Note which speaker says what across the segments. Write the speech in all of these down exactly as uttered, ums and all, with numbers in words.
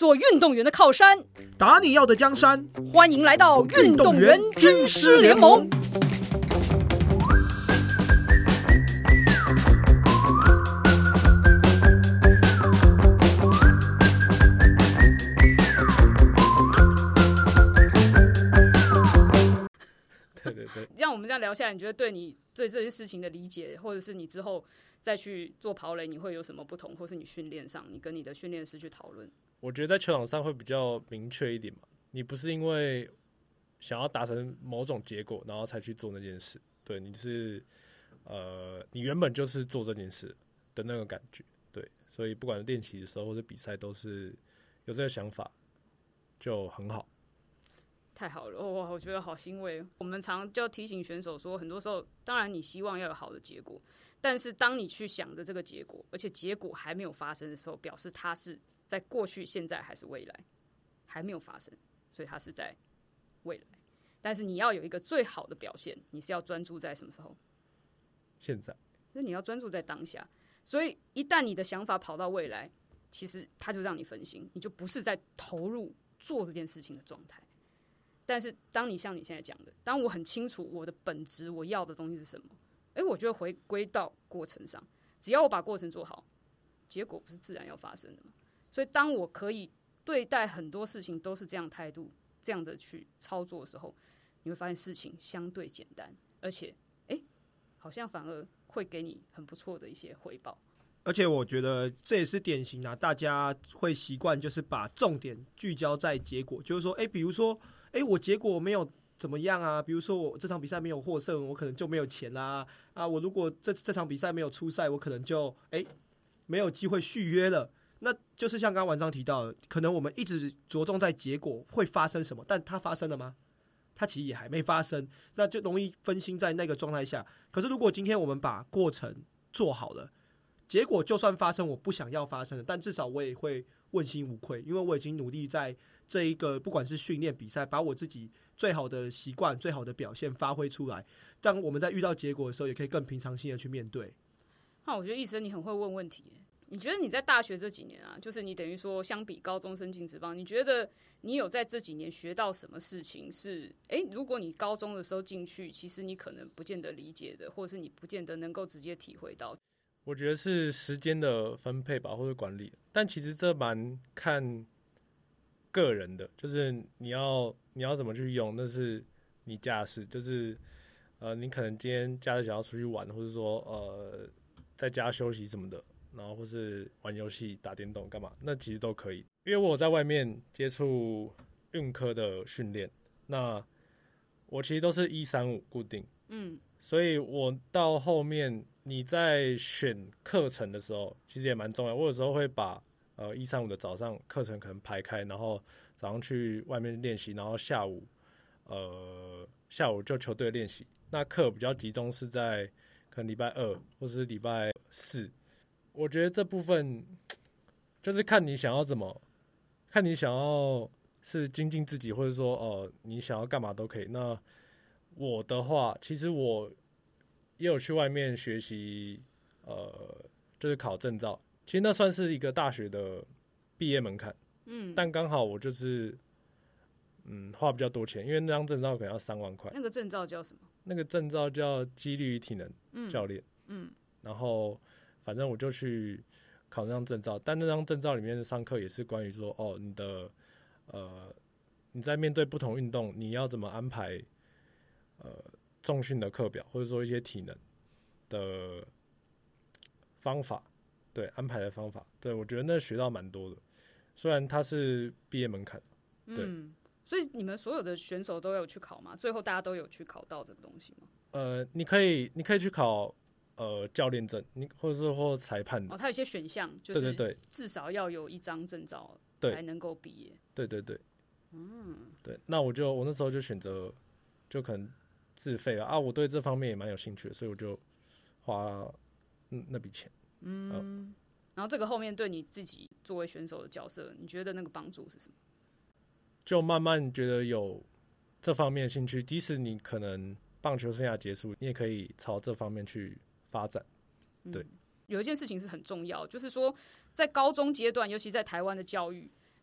Speaker 1: 做运动员的靠山，
Speaker 2: 打你要的江山。
Speaker 1: 欢迎来到运动员军师联盟。
Speaker 3: 对对对，
Speaker 1: 这样我们这样聊下来，你觉得对你对这件事情的理解，或者是你之后再去做跑垒，你会有什么不同，或是你训练上，你跟你的训练师去讨论？
Speaker 3: 我觉得在球场上会比较明确一点嘛。你不是因为想要达成某种结果，然后才去做那件事。对，你是呃，你原本就是做这件事的那个感觉。对，所以不管练习的时候或者比赛，都是有这个想法，就很好。
Speaker 1: 太好了，哇！我觉得好欣慰。我们常就提醒选手说，很多时候，当然你希望要有好的结果，但是当你去想着这个结果，而且结果还没有发生的时候，表示它是在过去、现在还是未来还没有发生，所以它是在未来。但是你要有一个最好的表现，你是要专注在什么时候？
Speaker 3: 现在，
Speaker 1: 就是你要专注在当下。所以一旦你的想法跑到未来，其实它就让你分心，你就不是在投入做这件事情的状态。但是当你像你现在讲的，当我很清楚我的本质，我要的东西是什么，哎，我就会回归到过程上。只要我把过程做好，结果不是自然要发生的吗？所以当我可以对待很多事情都是这样态度，这样的去操作的时候，你会发现事情相对简单，而且哎，好像反而会给你很不错的一些回报。
Speaker 2: 而且我觉得这也是典型啊，大家会习惯就是把重点聚焦在结果，就是说，哎，比如说，哎，我结果没有怎么样啊，比如说我这场比赛没有获胜，我可能就没有钱啦，啊，我如果这这场比赛没有出赛，我可能就哎没有机会续约了。那就是像刚刚文章提到的，可能我们一直着重在结果会发生什么，但它发生了吗？它其实也还没发生，那就容易分心在那个状态下。可是如果今天我们把过程做好了，结果就算发生我不想要发生的，但至少我也会问心无愧，因为我已经努力在这一个不管是训练比赛，把我自己最好的习惯、最好的表现发挥出来。当我们在遇到结果的时候，也可以更平常心的去面对。
Speaker 1: 那我觉得医生你很会问问题耶。你觉得你在大学这几年啊，就是你等于说相比高中生进职棒，你觉得你有在这几年学到什么事情是，哎，如果你高中的时候进去，其实你可能不见得理解的，或是你不见得能够直接体会到？
Speaker 3: 我觉得是时间的分配吧，或者管理。但其实这蛮看个人的，就是你要你要怎么去用，那是你家的事。就是呃，你可能今天假日想要出去玩，或者说呃在家休息什么的，然后或是玩游戏、打电动干嘛，那其实都可以。因为我有在外面接触运科的训练，那我其实都是一三五固定，嗯，所以我到后面你在选课程的时候，其实也蛮重要。我有时候会把呃一三五的早上课程可能排开，然后早上去外面练习，然后下午呃下午就球队练习。那课比较集中是在可能礼拜二或是礼拜四。我觉得这部分就是看你想要怎么，看你想要是精进自己，或者说哦、呃、你想要干嘛都可以。那我的话，其实我也有去外面学习，呃，就是考证照。其实那算是一个大学的毕业门槛，嗯，但刚好我就是嗯花比较多钱，因为那张证照可能要三万块。
Speaker 1: 那个证照叫什么？
Speaker 3: 那个证照叫肌力与体能教练，嗯，嗯，然后反正我就去考那张证照，但那张证照里面的上课也是关于说，哦，你的呃你在面对不同运动，你要怎么安排呃重训的课表，或者说一些体能的方法，对，安排的方法，对，我觉得那学到蛮多的，虽然它是毕业门槛，对。
Speaker 1: 嗯，所以你们所有的选手都有去考吗？最后大家都有去考到这个东西吗？
Speaker 3: 呃，你可以，你可以去考呃教练证，你或者是或裁判的。
Speaker 1: 哦，它有一些选项，就是至少要有一张证照才能够毕业。
Speaker 3: 对对对，嗯，对。那我就我那时候就选择，就可能自费啊，啊，我对这方面也蛮有兴趣的，所以我就花嗯那笔钱。嗯、呃，
Speaker 1: 然后这个后面对你自己作为选手的角色，你觉得那个帮助是什么？
Speaker 3: 就慢慢觉得有这方面的兴趣，即使你可能棒球生涯结束，你也可以朝这方面去发展。对，嗯、
Speaker 1: 有一件事情是很重要，就是说在高中阶段，尤其在台湾的教育，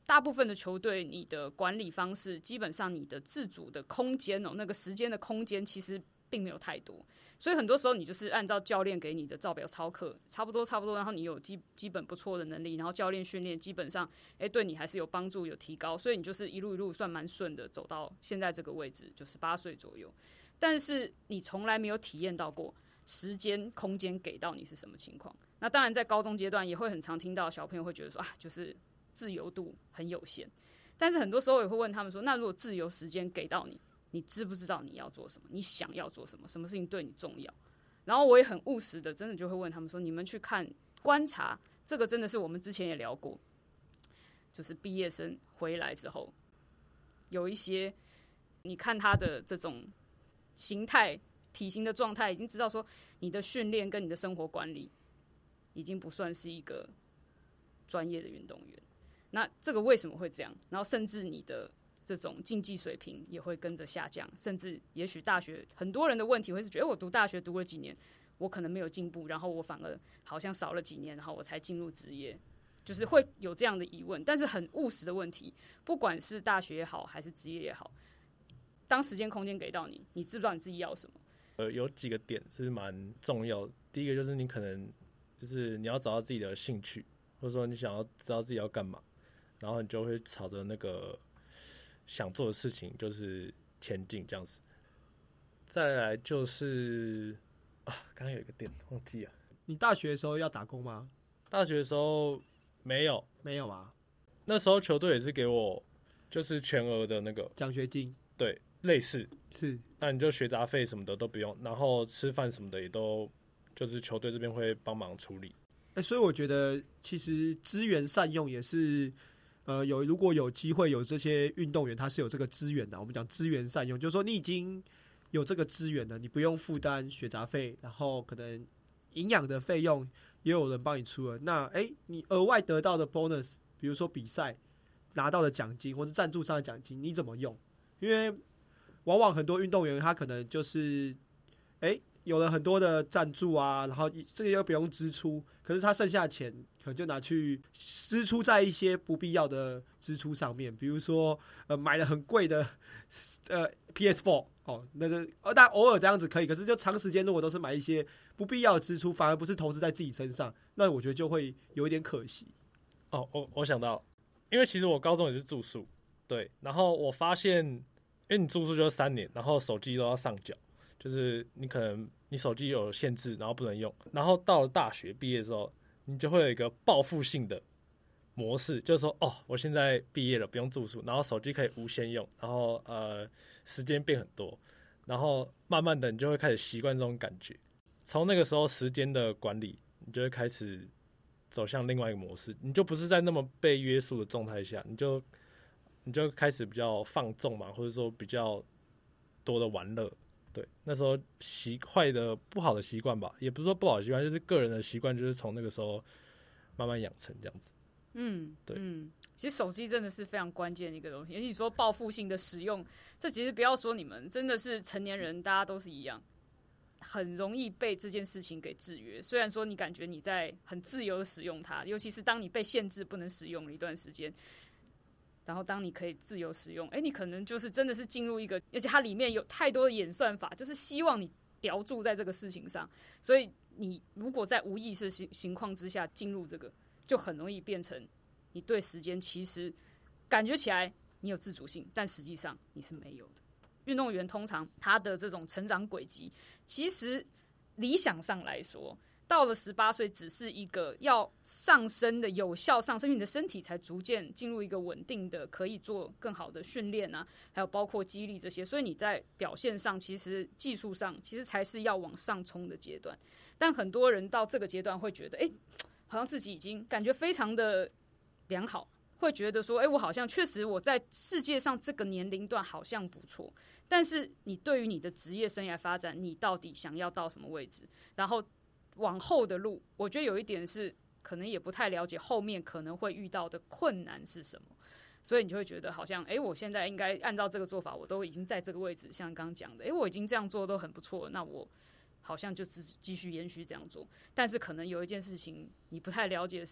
Speaker 1: 大部分的球队，你的管理方式基本上你的自主的空间哦，那个时间的空间其实并没有太多，所以很多时候你就是按照教练给你的照表操课，差不多差不多，然后你有基基本不错的能力，然后教练训练基本上，哎，对你还是有帮助有提高，所以你就是一路一路算蛮顺的走到现在这个位置，就十八岁左右。但是你从来没有体验到过时间空间给到你是什么情况。那当然在高中阶段也会很常听到小朋友会觉得说啊，就是自由度很有限，但是很多时候也会问他们说，那如果自由时间给到你，你知不知道你要做什么？你想要做什么？什么事情对你重要？然后我也很务实的，真的就会问他们说，你们去看观察，这个真的是我们之前也聊过，就是毕业生回来之后，有一些你看他的这种形态、体型的状态，已经知道说你的训练跟你的生活管理已经不算是一个专业的运动员。那这个为什么会这样？然后甚至你的这种竞技水平也会跟着下降，甚至也许大学很多人的问题会是觉得，我读大学读了几年，我可能没有进步，然后我反而好像少了几年，然后我才进入职业，就是会有这样的疑问。但是很务实的问题，不管是大学也好，还是职业也好，当时间空间给到你，你知不知道你自己要什么？
Speaker 3: 呃，有几个点是蛮重要的。第一个就是你可能就是你要找到自己的兴趣，或者说你想要知道自己要干嘛，然后你就会朝着那个想做的事情就是前进这样子。再来就是啊，刚刚有一个点忘记了。
Speaker 2: 你大学的时候要打工吗？
Speaker 3: 大学的时候没有，
Speaker 2: 没有啊。
Speaker 3: 那时候球队也是给我就是全额的那个
Speaker 2: 奖学金，
Speaker 3: 对，类似
Speaker 2: 是。
Speaker 3: 那你就学杂费什么的都不用，然后吃饭什么的也都就是球队这边会帮忙处理。
Speaker 2: 欸、所以我觉得其实资源善用也是，呃，有如果有机会有这些运动员，他是有这个资源的。我们讲资源善用，就是说你已经有这个资源了，你不用负担学杂费，然后可能营养的费用也有人帮你出了。那哎、欸，你额外得到的 bonus， 比如说比赛拿到的奖金或者赞助商的奖金，你怎么用？因为往往很多运动员他可能就是哎。欸有了很多的赞助啊，然后这个又不用支出，可是他剩下的钱可能就拿去支出在一些不必要的支出上面，比如说呃买了很贵的呃 P S 四 哦，那个呃但偶尔这样子可以，可是就长时间如果都是买一些不必要的支出，反而不是投资在自己身上，那我觉得就会有一点可惜。
Speaker 3: 哦，我我想到，因为其实我高中也是住宿，对，然后我发现，因为你住宿就是三年，然后手机都要上缴。就是你可能你手机有限制，然后不能用，然后到了大学毕业之后，你就会有一个报复性的模式，就是说哦，我现在毕业了，不用住宿，然后手机可以无限用，然后呃时间变很多，然后慢慢的你就会开始习惯这种感觉。从那个时候时间的管理，你就会开始走向另外一个模式，你就不是在那么被约束的状态下，你就你就开始比较放纵嘛，或者说比较多的玩乐。对，那时候习坏的不好的习惯吧，也不是说不好的习惯，就是个人的习惯，就是从那个时候慢慢养成这样子。
Speaker 1: 嗯，
Speaker 3: 对，
Speaker 1: 嗯，其实手机真的是非常关键的一个东西。而且你说报复性的使用，这其实不要说你们，真的是成年人，大家都是一样，很容易被这件事情给制约。虽然说你感觉你在很自由的使用它，尤其是当你被限制不能使用了一段时间。然后当你可以自由使用，哎，你可能就是真的是进入一个，而且它里面有太多的演算法，就是希望你叼住在这个事情上，所以你如果在无意识的情况之下进入这个，就很容易变成你对时间其实感觉起来你有自主性，但实际上你是没有的。运动员通常他的这种成长轨迹，其实理想上来说，到了十八岁，只是一个要上升的有效上升，因为你的身体才逐渐进入一个稳定的，可以做更好的训练啊，还有包括肌力这些。所以你在表现上，其实技术上，其实才是要往上冲的阶段。但很多人到这个阶段会觉得，哎、欸，好像自己已经感觉非常的良好，会觉得说，哎、欸，我好像确实我在世界上这个年龄段好像不错。但是你对于你的职业生涯发展，你到底想要到什么位置？然后往后的路，我觉得有一点是可能也不太了解后面可能会遇到的困难是什么，所以你就会觉得好像，哎，我现在应该按照这个做法，我都已经在这个位置，像刚刚讲的，哎，我已经这样做都很不错，那我好像就继续延续这样做。但是可能有一件事情你不太了解的是，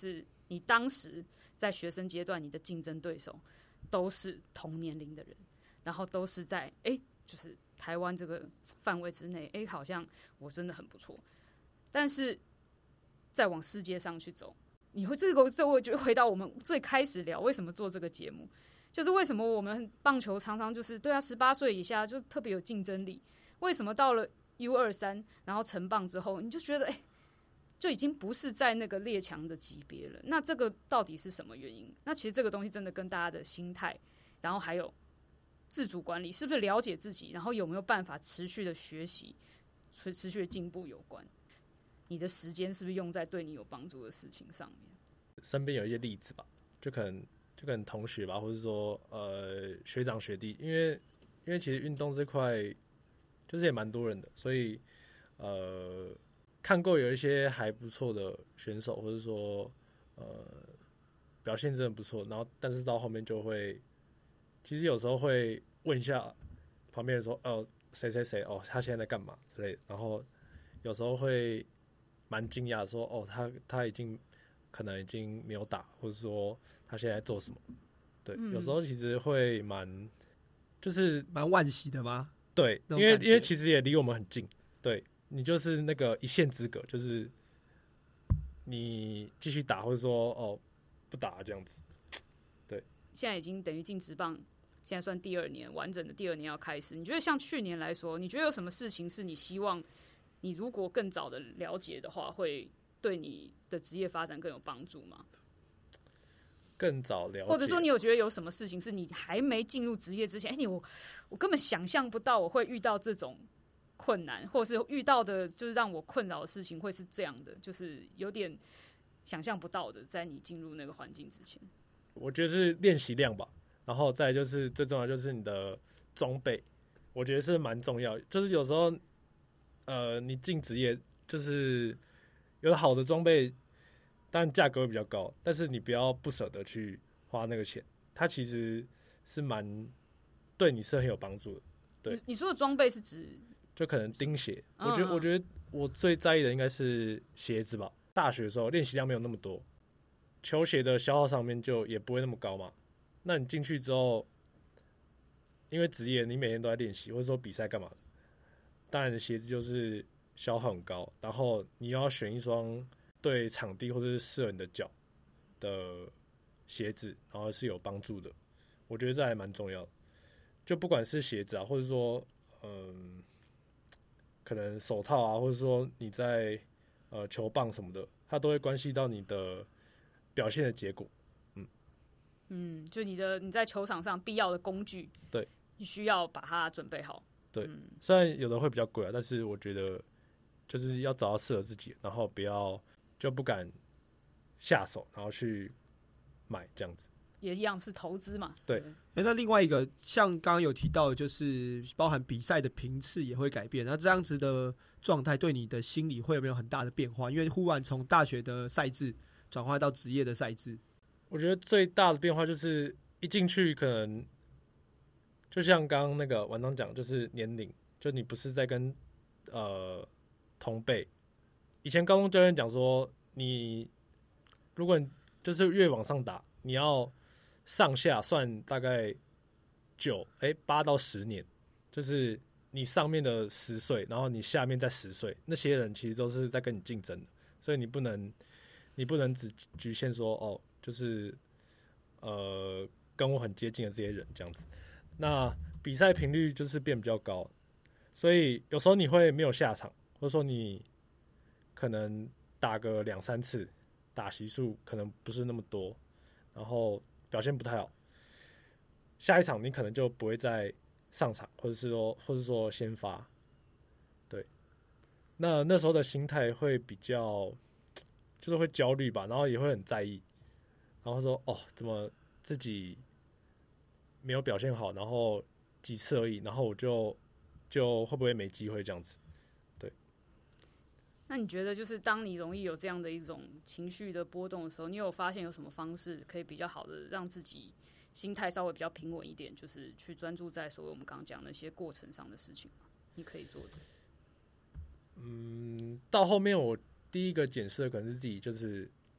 Speaker 1: 你当时在学生阶段，你的竞争对手都是同年龄的人，然后都是在哎、欸，就是台湾这个范围之内，哎、欸，好像我真的很不错。但是再往世界上去走，你会这个这我就回到我们最开始聊为什么做这个节目，就是为什么我们棒球常常就是对啊，十八岁以下就特别有竞争力，为什么到了 U 二三 然后成棒之后，你就觉得哎、欸，就已经不是在那个列强的级别了。那这个到底是什么原因？那其实这个东西真的跟大家的心态，然后还有自主管理，是不是了解自己，然后有没有办法持续的学习、持续的进步有关。你的时间是不是用在对你有帮助的事情上面？
Speaker 3: 身边有一些例子吧，就可能就可能同学吧，或者说呃学长学弟，因为因为其实运动这块就是也蛮多人的，所以呃看过有一些还不错的选手，或者说呃表现真的不错，然后但是到后面就会，其实有时候会问一下旁边人说，哦谁谁谁哦他现在在干嘛之类的，然后有时候会蛮惊讶说，哦他他已经可能已经没有打，或者说他现在在做什么，对，嗯、有时候其实会蛮就是
Speaker 2: 蛮惋惜的吗？
Speaker 3: 对，因为因为其实也离我们很近，对。你就是那个一线之隔，就是你继续打，或者说哦不打这样子。对，
Speaker 1: 现在已经等于进职棒，现在算第二年，完整的第二年要开始。你觉得像去年来说，你觉得有什么事情是你希望你如果更早的了解的话，会对你的职业发展更有帮助吗？
Speaker 3: 更早了解，
Speaker 1: 或者说你有觉得有什么事情是你还没进入职业之前，哎、欸，你我我根本想象不到我会遇到这种困难，或是遇到的就是让我困扰的事情会是这样的，就是有点想象不到的，在你进入那个环境之前。
Speaker 3: 我觉得是练习量吧，然后再来就是最重要就是你的装备，我觉得是蛮重要。就是有时候，呃，你进职业就是有好的装备，当然价格会比较高，但是你不要不舍得去花那个钱，它其实是蛮对你是很有帮助的。对，
Speaker 1: 你, 你说的装备是指？
Speaker 3: 就可能钉鞋，
Speaker 1: 嗯、
Speaker 3: 我觉得，我觉得我最在意的应该是鞋子吧。大学的时候练习量没有那么多，球鞋的消耗上面就也不会那么高嘛。那你进去之后，因为职业你每天都在练习，或者说比赛干嘛的，当然鞋子就是消耗很高，然后你要选一双对场地或者是适合你的脚的鞋子，然后是有帮助的。我觉得这还蛮重要的。就不管是鞋子啊，或者说嗯。可能手套啊，或者说你在呃球棒什么的，它都会关系到你的表现的结果。嗯
Speaker 1: 嗯，就你的你在球场上必要的工具，
Speaker 3: 对，
Speaker 1: 你需要把它准备好。
Speaker 3: 对，嗯、虽然有的会比较贵啊，但是我觉得就是要找到适合自己，然后不要就不敢下手，然后去买这样子。
Speaker 1: 也一样是投资嘛。
Speaker 3: 对，
Speaker 2: 欸、那另外一个像刚刚有提到的，就是包含比赛的频次也会改变。那这样子的状态对你的心理会有没有很大的变化？因为忽然从大学的赛制转换到职业的赛制，
Speaker 3: 我觉得最大的变化就是一进去可能就像刚刚那个晚上讲，就是年龄，就你不是在跟呃同辈。以前高中教练讲说，你如果你就是越往上打，你要上下算大概九哎八到十年，就是你上面的十岁，然后你下面再十岁，那些人其实都是在跟你竞争的，所以你不能你不能只局限说哦，就是呃跟我很接近的这些人这样子。那比赛频率就是变比较高，所以有时候你会没有下场，或者说你可能打个两三次，打席数可能不是那么多，然后表现不太好，下一场你可能就不会再上场，或者是说，或者说先发，对，那那时候的心态会比较，就是会焦虑吧，然后也会很在意，然后说哦，怎么自己没有表现好，然后几次而已，然后我就就会不会没机会这样子，对。
Speaker 1: 那你觉得，就是当你容易有这样的一种情绪的波动的时候，你有发现有什么方式可以比较好的让自己心态稍微比较平稳一点，就是去专注在所谓我们刚刚讲那些过程上的事情吗？你可以做的。
Speaker 3: 嗯，到后面我第一个检视的可能是自己，就是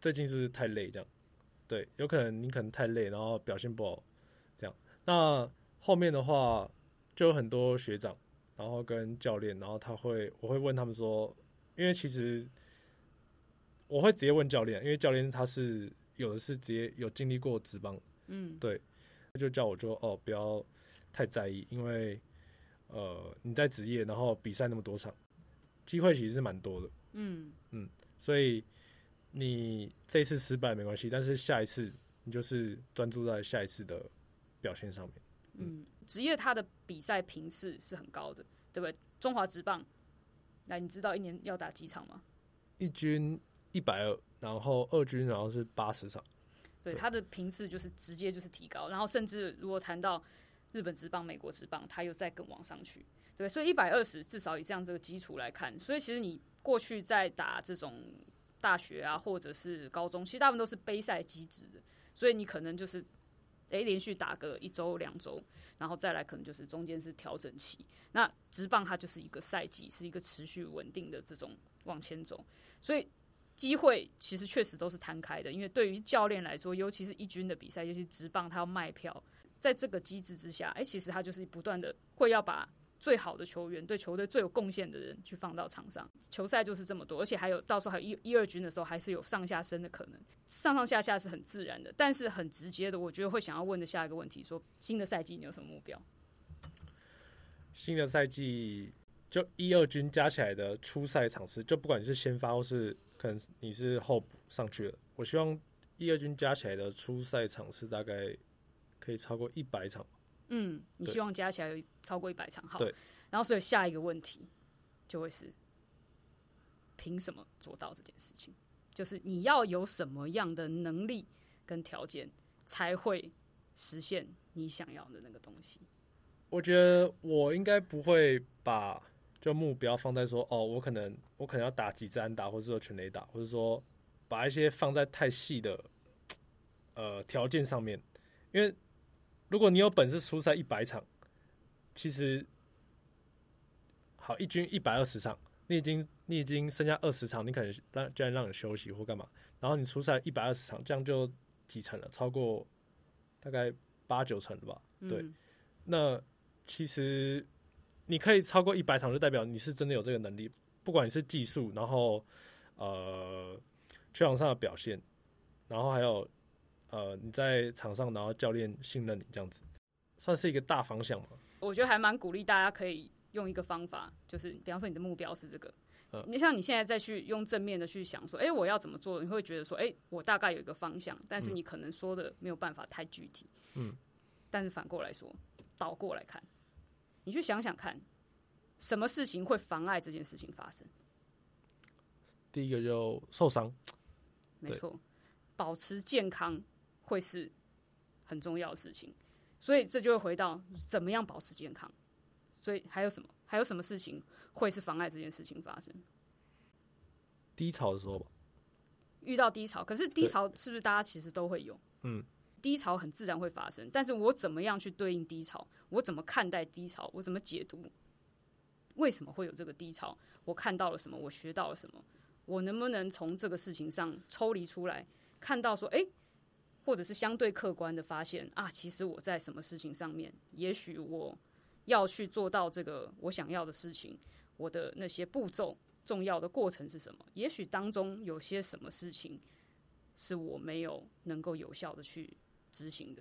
Speaker 3: 最近是不是太累这样？对，有可能你可能太累，然后表现不好这样。那后面的话就有很多学长，然后跟教练，然后他会我会问他们说，因为其实我会直接问教练，因为教练他是有的是直接有经历过职棒，
Speaker 1: 嗯，
Speaker 3: 对，就叫我就哦不要太在意，因为呃你在职业，然后比赛那么多场，机会其实是蛮多的，
Speaker 1: 嗯
Speaker 3: 嗯，所以你这一次失败没关系，但是下一次你就是专注在下一次的表现上面。
Speaker 1: 嗯，职业它的比赛频次是很高的，对不对？中华职棒，来，你知道一年要打几场吗？
Speaker 3: 一军一百二，然后二军然后是八十场。
Speaker 1: 对，它的频次就是直接就是提高，然后甚至如果谈到日本职棒、美国职棒，它又再更往上去，对，所以一百二十至少以这样这个基础来看，所以其实你过去在打这种大学啊，或者是高中，其实大部分都是杯赛机制的，所以你可能就是诶连续打个一周两周，然后再来可能就是中间是调整期。那职棒它就是一个赛季，是一个持续稳定的这种往前走，所以机会其实确实都是摊开的。因为对于教练来说，尤其是一军的比赛，尤其是职棒，他要卖票，在这个机制之下，哎，其实他就是不断的会要把最好的球员、对球队最有贡献的人去放到场上。球赛就是这么多，而且还有到时候还有一一二军的时候，还是有上下升的可能。上上下下是很自然的，但是很直接的，我觉得会想要问的下一个问题说，新的赛季你有什么目标？
Speaker 3: 新的赛季就一二军加起来的初赛场次，就不管你是先发或是可能你是候补上去了，我希望一二军加起来的初赛场次大概可以超过一百场。
Speaker 1: 嗯，你希望加起来有超过一百场，好。
Speaker 3: 对。
Speaker 1: 然后所以下一个问题就会是，凭什么做到这件事情？就是你要有什么样的能力跟条件，才会实现你想要的那个东西？
Speaker 3: 我觉得我应该不会把就目标放在说，哦，我可能我可能要打几支安打，或者说全垒打，或者说把一些放在太细的呃条件上面，因为如果你有本事出赛一百场，其实好一军一百二十场，你已经你已经剩下二十场，你可能让居然让你休息或干嘛，然后你出赛一百二十场，这样就几成了，超过大概八九成了吧？对，
Speaker 1: 嗯、
Speaker 3: 那其实你可以超过一百场，就代表你是真的有这个能力，不管你是技术，然后呃球场上的表现，然后还有呃你在场上，然后教练信任你，这样子算是一个大方向嘛。
Speaker 1: 我觉得还蛮鼓励大家可以用一个方法，就是比方说你的目标是这个，
Speaker 3: 嗯、
Speaker 1: 你像你现在再去用正面的去想说，哎、欸，我要怎么做？你会觉得说，哎、欸，我大概有一个方向，但是你可能说的没有办法太具体。
Speaker 3: 嗯。
Speaker 1: 但是反过来说，倒过来看，你去想想看，什么事情会妨碍这件事情发生？
Speaker 3: 第一个就受伤，
Speaker 1: 没错，保持健康会是很重要的事情。所以这就会回到怎么样保持健康。所以还有什么？还有什么事情会是妨碍这件事情发生？
Speaker 3: 低潮的时候吧，
Speaker 1: 遇到低潮，可是低潮是不是大家其实都会有？
Speaker 3: 嗯，
Speaker 1: 低潮很自然会发生，但是我怎么样去对应低潮？我怎么看待低潮？我怎么解读？为什么会有这个低潮？我看到了什么？我学到了什么？我能不能从这个事情上抽离出来，看到说，哎、欸，或者是相对客观的发现啊，其实我在什么事情上面，也许我要去做到这个我想要的事情，我的那些步骤、重要的过程是什么？也许当中有些什么事情是我没有能够有效的去执行的。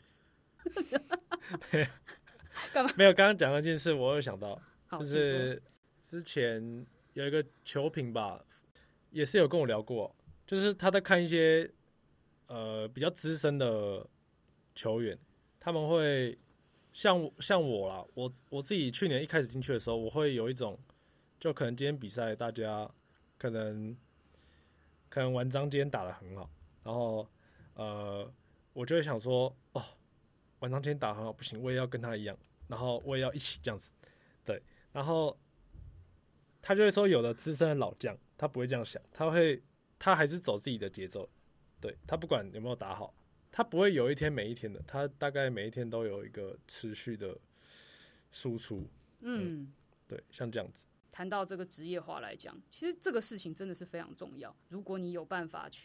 Speaker 1: 干嘛？
Speaker 3: 没有，刚刚讲那件事，我有想到，就是之前有一个球评吧，也是有跟我聊过，就是他在看一些呃比较资深的球员，他们会像像我啦，我我自己去年一开始进去的时候，我会有一种，就可能今天比赛大家可能可能文章今天打得很好，然后呃我就会想说，哦，文章今天打得很好，不行，我也要跟他一样，然后我也要一起这样子，对，然后他就会说，有的资深的老将他不会这样想，他会他还是走自己的节奏，对，他不管有没有打好，他不会有一天每一天的，他大概每一天都有一个持续的输出。嗯，嗯对，像这样子。
Speaker 1: 谈到这个职业化来讲，其实这个事情真的是非常重要。如果你有办法去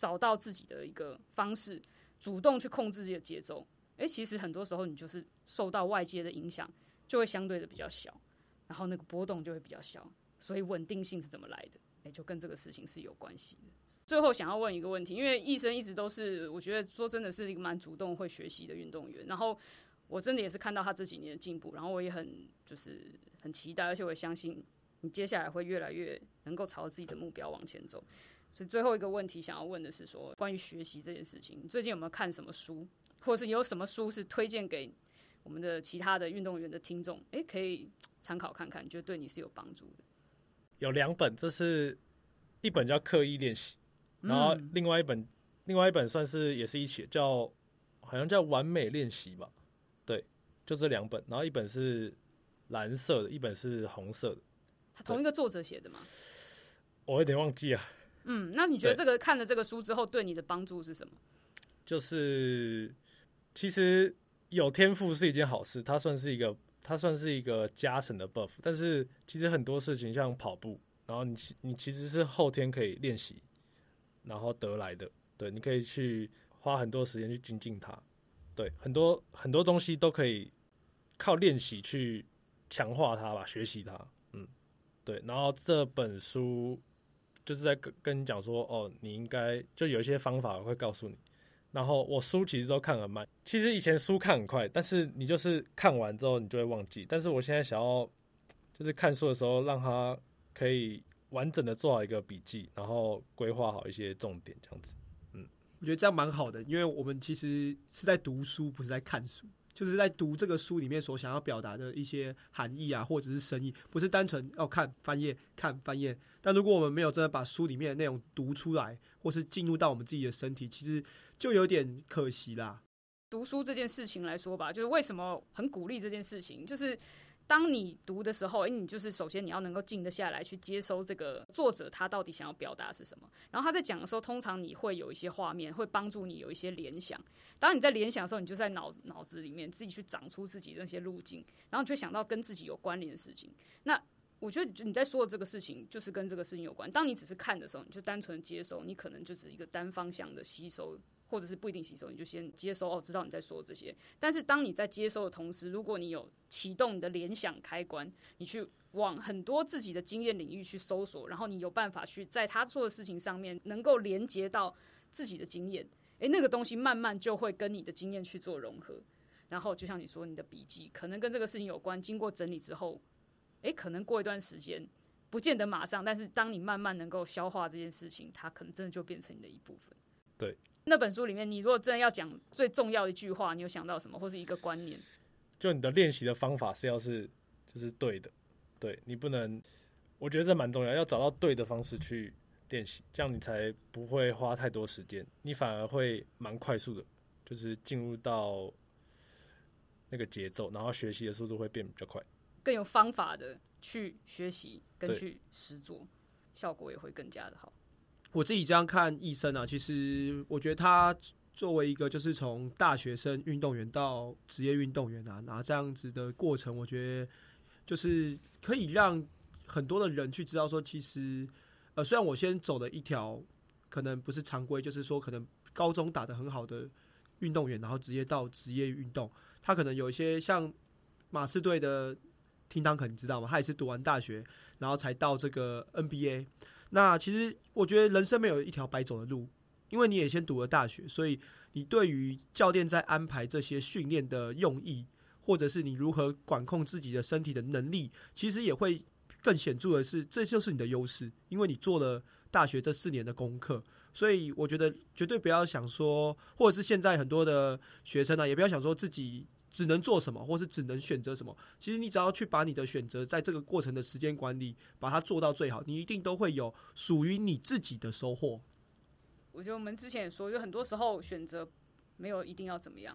Speaker 1: 找到自己的一个方式，主动去控制自己的节奏。哎，其实很多时候你就是受到外界的影响，就会相对的比较小，然后那个波动就会比较小。所以稳定性是怎么来的？哎，就跟这个事情是有关系的。最后想要问一个问题，因为奕生一直都是我觉得说真的是一个蛮主动会学习的运动员，然后我真的也是看到他这几年的进步，然后我也很就是很期待，而且我也相信你接下来会越来越能够朝着自己的目标往前走。所以最后一个问题想要问的是说，关于学习这件事情，你最近有没有看什么书，或者是你有什么书是推荐给我们的其他的运动员的听众，哎，可以参考看看，觉得对你是有帮助的？
Speaker 3: 有两本，这是一本叫《刻意练习》，然后另外一本，嗯、另外一本算是也是一起叫，好像叫《完美练习》吧，对，就这两本，然后一本是蓝色的，一本是红色的，
Speaker 1: 他同一个作者写的吗？
Speaker 3: 我有点忘记了。
Speaker 1: 嗯，那你觉得这个看了这个书之后对你的帮助是什么？就是
Speaker 3: 其实有天赋是一件好事，它算是一个它算是一个加成的 buff， 但是其实很多事情像跑步，然后你你其实是后天可以练习，然后得来的，对，你可以去花很多时间去精进它，对，很多很多东西都可以靠练习去强化它吧，学习它，嗯，对，然后这本书就是在跟跟你讲说，哦，你应该就有一些方法我会告诉你。然后我书其实都看很慢，其实以前书看很快，但是你就是看完之后你就会忘记。但是我现在想要就是看书的时候，让它可以完整的做好一个笔记，然后规划好一些重点，这样子。嗯，
Speaker 2: 我觉得这样蛮好的，因为我们其实是在读书，不是在看书。就是在读这个书里面所想要表达的一些含义啊，或者是深意，不是单纯要看翻页看翻页。但如果我们没有真的把书里面的内容读出来，或是进入到我们自己的身体，其实就有点可惜啦。
Speaker 1: 读书这件事情来说吧，就是为什么很鼓励这件事情，就是当你读的时候，你就是首先你要能够静得下来去接收这个作者他到底想要表达是什么。然后他在讲的时候，通常你会有一些画面，会帮助你有一些联想。当你在联想的时候，你就在脑脑子里面自己去长出自己的那些路径，然后你就会想到跟自己有关联的事情。那我觉得你在说的这个事情，就是跟这个事情有关。当你只是看的时候，你就单纯接收，你可能就是一个单方向的吸收。或者是不一定吸收，你就先接收哦，知道你在说这些。但是当你在接收的同时，如果你有启动你的联想开关，你去往很多自己的经验领域去搜索，然后你有办法去在他做的事情上面能够连接到自己的经验，诶，那个东西慢慢就会跟你的经验去做融合。然后就像你说，你的笔记可能跟这个事情有关，经过整理之后，诶，可能过一段时间，不见得马上，但是当你慢慢能够消化这件事情，它可能真的就变成你的一部分。
Speaker 3: 对。
Speaker 1: 那本书里面，你如果真的要讲最重要的一句话，你有想到什么，或是一个观念？
Speaker 3: 就你的练习的方法是要是就是对的，对你不能，我觉得这蛮重要，要找到对的方式去练习，这样你才不会花太多时间，你反而会蛮快速的，就是进入到那个节奏，然后学习的速度会变比较快，
Speaker 1: 更有方法的去学习跟去实作，效果也会更加的好。
Speaker 2: 我自己这样看奕生啊，其实我觉得他作为一个就是从大学生运动员到职业运动员啊，然后这样子的过程，我觉得就是可以让很多的人去知道说，其实呃，虽然我先走了一条可能不是常规，就是说可能高中打得很好的运动员，然后直接到职业运动，他可能有一些像马刺队的听堂肯，你知道吗？他也是读完大学，然后才到这个 N B A。那其实我觉得人生没有一条白走的路，因为你也先读了大学，所以你对于教练在安排这些训练的用意，或者是你如何管控自己的身体的能力，其实也会更显著的是，这就是你的优势，因为你做了大学这四年的功课。所以我觉得绝对不要想说，或者是现在很多的学生啊，也不要想说自己只能做什么，或是只能选择什么。其实你只要去把你的选择，在这个过程的时间管理，把它做到最好，你一定都会有属于你自己的收获。
Speaker 1: 我觉得我们之前也说，就很多时候选择没有一定要怎么样，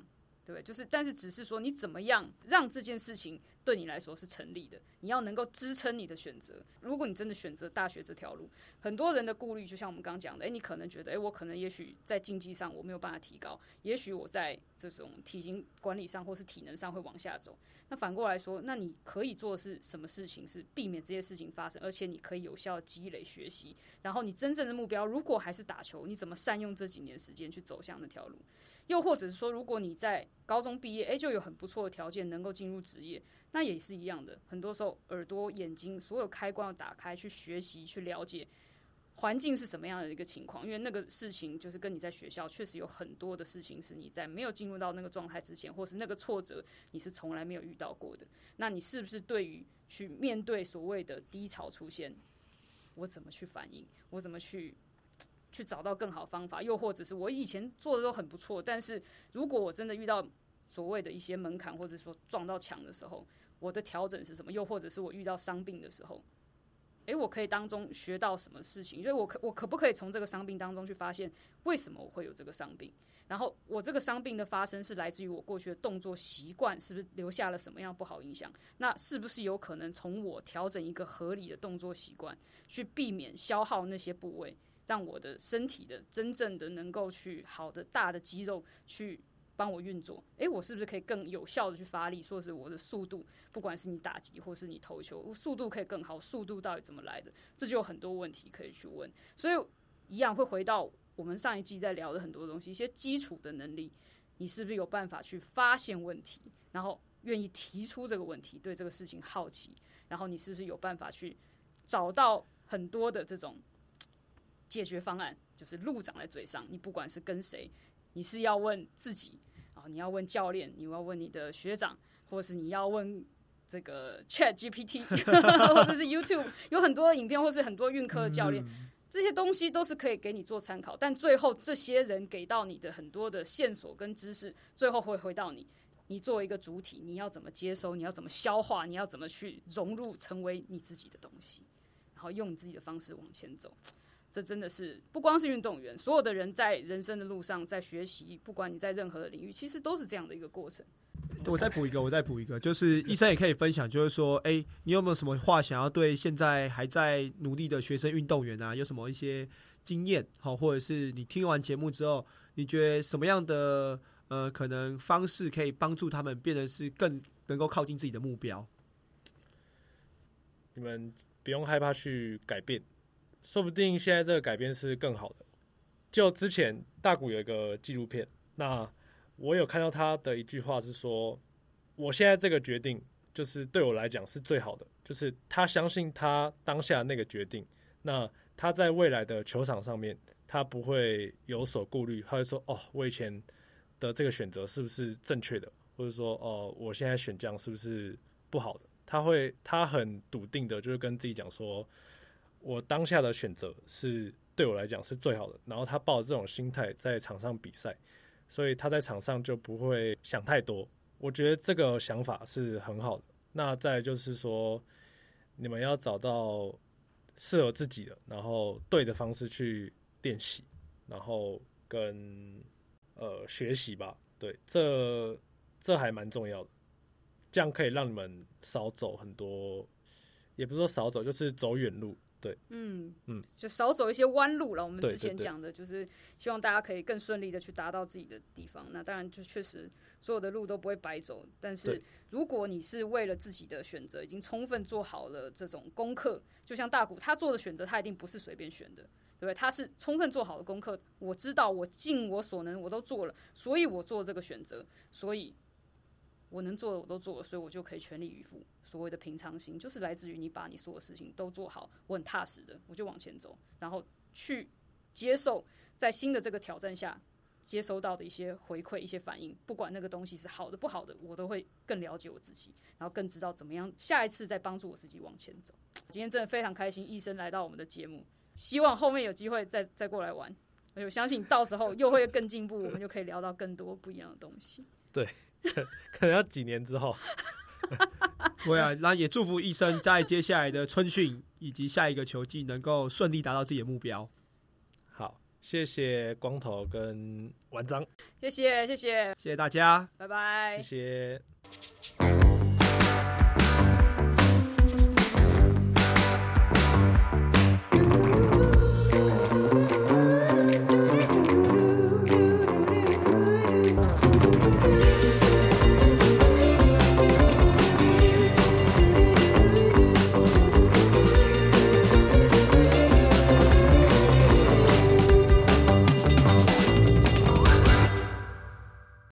Speaker 1: 对不对？就是，但是只是说你怎么样让这件事情对你来说是成立的，你要能够支撑你的选择。如果你真的选择大学这条路，很多人的顾虑，就像我们刚刚讲的，哎，你可能觉得，哎，我可能也许在竞技上我没有办法提高，也许我在这种体型管理上或是体能上会往下走。那反过来说，那你可以做的是什么事情是避免这些事情发生，而且你可以有效的积累学习，然后你真正的目标如果还是打球，你怎么善用这几年时间去走向那条路？又或者是说，如果你在高中毕业，哎，就有很不错的条件能够进入职业，那也是一样的。很多时候，耳朵、眼睛所有开关要打开，去学习、去了解环境是什么样的一个情况。因为那个事情就是跟你在学校确实有很多的事情是你在没有进入到那个状态之前，或是那个挫折你是从来没有遇到过的。那你是不是对于去面对所谓的低潮出现，我怎么去反应？我怎么去？去找到更好的方法，又或者是我以前做的都很不错，但是如果我真的遇到所谓的一些门槛，或者说撞到墙的时候，我的调整是什么？又或者是我遇到伤病的时候，诶，我可以当中学到什么事情？所以我可我可不可以从这个伤病当中去发现为什么我会有这个伤病？然后我这个伤病的发生是来自于我过去的动作习惯，是不是留下了什么样不好影响？那是不是有可能从我调整一个合理的动作习惯，去避免消耗那些部位？让我的身体的真正的能够去好的大的肌肉去帮我运作，诶，我是不是可以更有效的去发力？说是我的速度，不管是你打击或是你投球，我速度可以更好，速度到底怎么来的？这就有很多问题可以去问。所以一样会回到我们上一季在聊的很多东西，一些基础的能力，你是不是有办法去发现问题，然后愿意提出这个问题，对这个事情好奇，然后你是不是有办法去找到很多的这种解决方案，就是路长在嘴上，你不管是跟谁，你是要问自己，你要问教练，你要问你的学长，或是你要问这个 Chat G P T 或者是 YouTube， 有很多影片或是很多运科的教练、嗯、这些东西都是可以给你做参考，但最后这些人给到你的很多的线索跟知识，最后会回到你你作为一个主体，你要怎么接收，你要怎么消化，你要怎么去融入成为你自己的东西，然后用你自己的方式往前走。这真的是不光是运动员，所有的人在人生的路上，在学习，不管你在任何的领域，其实都是这样的一个过程。
Speaker 2: 我再补一个，我再补一个，就是医生也可以分享，就是说，哎、欸，你有没有什么话想要对现在还在努力的学生运动员啊，有什么一些经验，好，或者是你听完节目之后，你觉得什么样的呃可能方式可以帮助他们变得是更能够靠近自己的目标？
Speaker 3: 你们不用害怕去改变。说不定现在这个改变是更好的。就之前大谷有一个纪录片，那我有看到他的一句话是说，我现在这个决定就是对我来讲是最好的，就是他相信他当下那个决定，那他在未来的球场上面他不会有所顾虑，他会说哦，我以前的这个选择是不是正确的，或者说哦，我现在选这样是不是不好的，他会他很笃定的就是跟自己讲说，我当下的选择是对我来讲是最好的，然后他抱着这种心态在场上比赛，所以他在场上就不会想太多。我觉得这个想法是很好的。那再来就是说，你们要找到适合自己的，然后对的方式去练习，然后跟呃学习吧。对，这这还蛮重要的，这样可以让你们少走很多，也不是说少走，就是走远路。对，
Speaker 1: 嗯嗯，就少走一些弯路了。我们之前讲的
Speaker 3: 对对对，
Speaker 1: 就是希望大家可以更顺利的去达到自己的地方。那当然，就确实所有的路都不会白走。但是如果你是为了自己的选择已经充分做好了这种功课，就像大谷他做的选择，他一定不是随便选的，对不对？他是充分做好的功课，我知道我尽我所能我都做了，所以我做这个选择，所以我能做的我都做了，所以我就可以全力以赴。所谓的平常心，就是来自于你把你所有事情都做好，我很踏实的，我就往前走，然后去接受在新的这个挑战下接收到的一些回馈、一些反应，不管那个东西是好的不好的，我都会更了解我自己，然后更知道怎么样下一次再帮助我自己往前走。今天真的非常开心，医生来到我们的节目，希望后面有机会再再过来玩。我相信到时候又会更进步，我们就可以聊到更多不一样的东西。
Speaker 3: 对，可能要几年之后。
Speaker 2: 对啊，那也祝福医生在接下来的春训以及下一个球季能够顺利达到自己的目标。
Speaker 3: 好， 谢谢光头跟馆长，
Speaker 1: 谢谢谢谢，
Speaker 2: 谢谢大家，
Speaker 1: 拜拜，
Speaker 3: 谢谢。